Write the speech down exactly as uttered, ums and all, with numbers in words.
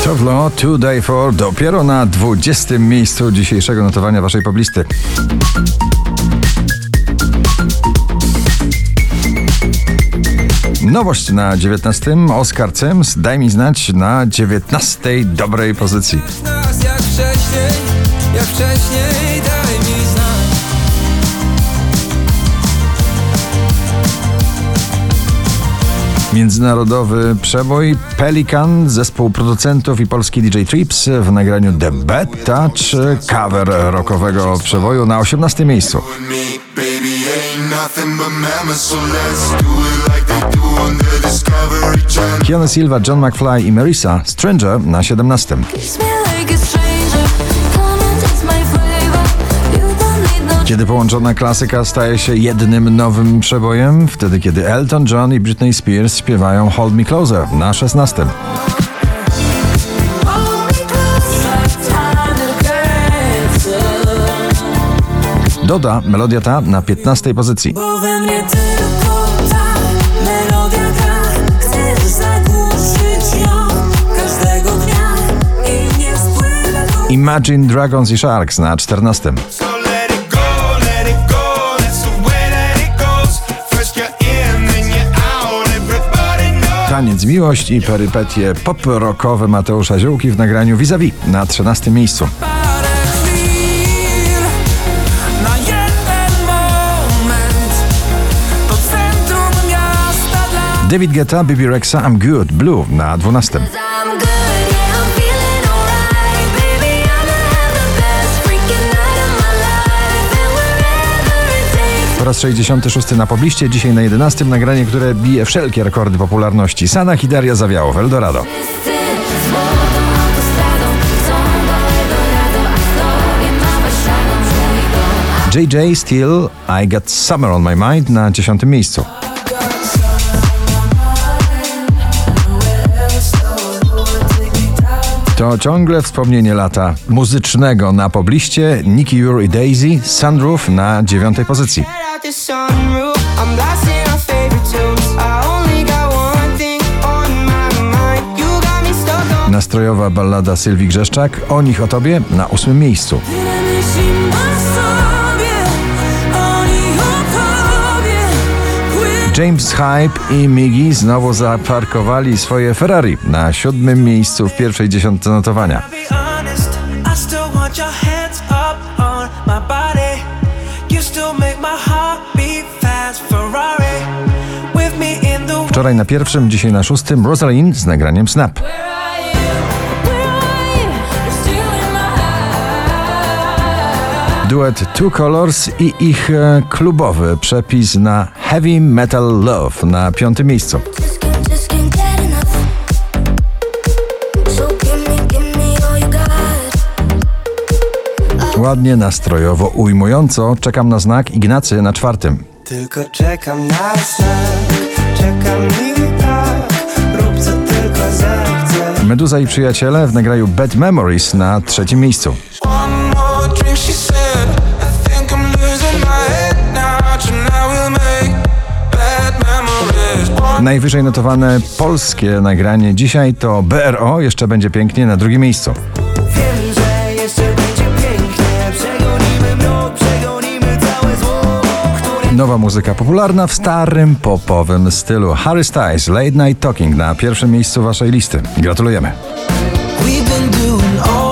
Tove Lo, Two Day For, dopiero na dwudziestym miejscu dzisiejszego notowania waszej poblisty. Nowość na dziewiętnastym, Oscar Sims, Daj mi znać, na dziewiętnastej dobrej pozycji. Jak wcześniej, jak wcześniej, daj mi znać. Międzynarodowy przebój Pelikan, zespół producentów i polski D J Trips w nagraniu The Bad Touch, cover rockowego przeboju na osiemnastym miejscu. Keanu Silva, John McFly i Marissa, Stranger na siedemnastym. Kiedy połączona klasyka staje się jednym nowym przebojem, wtedy kiedy Elton John i Britney Spears śpiewają Hold Me Closer na szesnastym. Doda, melodia ta na piętnastej pozycji. Imagine Dragons i Sharks na czternastym. Taniec, miłość i perypetie pop-rockowe Mateusza Ziółki w nagraniu Vis-a-Vis na trzynastym miejscu. David Guetta, Bebe Rexha, I'm Good, Blue na dwunastym. Po raz sześćdziesiąty szósty na pobliście, dzisiaj na jedenastym nagranie, które bije wszelkie rekordy popularności. Sanach i Daria Zawiało w Eldorado. J J Still, I Got Summer on My Mind na dziesiątym miejscu. To ciągle wspomnienie lata muzycznego na pobliście. Nicky Ure i Daisy, Sunroof na dziewiątej pozycji. Nastrojowa ballada Sylwii Grzeszczak, O nich o tobie na ósmym miejscu. James Hype i Miggy znowu zaparkowali swoje Ferrari na siódmym miejscu w pierwszej dziesiątce notowania. Wczoraj na pierwszym, dzisiaj na szóstym Rosalind z nagraniem Snap. Duet Two Colors i ich e, klubowy przepis na Heavy Metal Love na piątym miejscu. Ładnie, nastrojowo, ujmująco czekam na znak Ignacy na czwartym. Tylko czekam na znak, czekam i tak, rób co tylko zechcę. Meduza i przyjaciele w nagraniu Bad Memories na trzecim miejscu. Najwyżej notowane polskie nagranie dzisiaj to B R O, Jeszcze będzie pięknie na drugim miejscu. Wiem, że jeszcze będzie pięknie, przegonimy mrok, przegonimy całe zło, które... Nowa muzyka popularna w starym popowym stylu. Harry Styles, Late Night Talking na pierwszym miejscu waszej listy. Gratulujemy. We've been doing all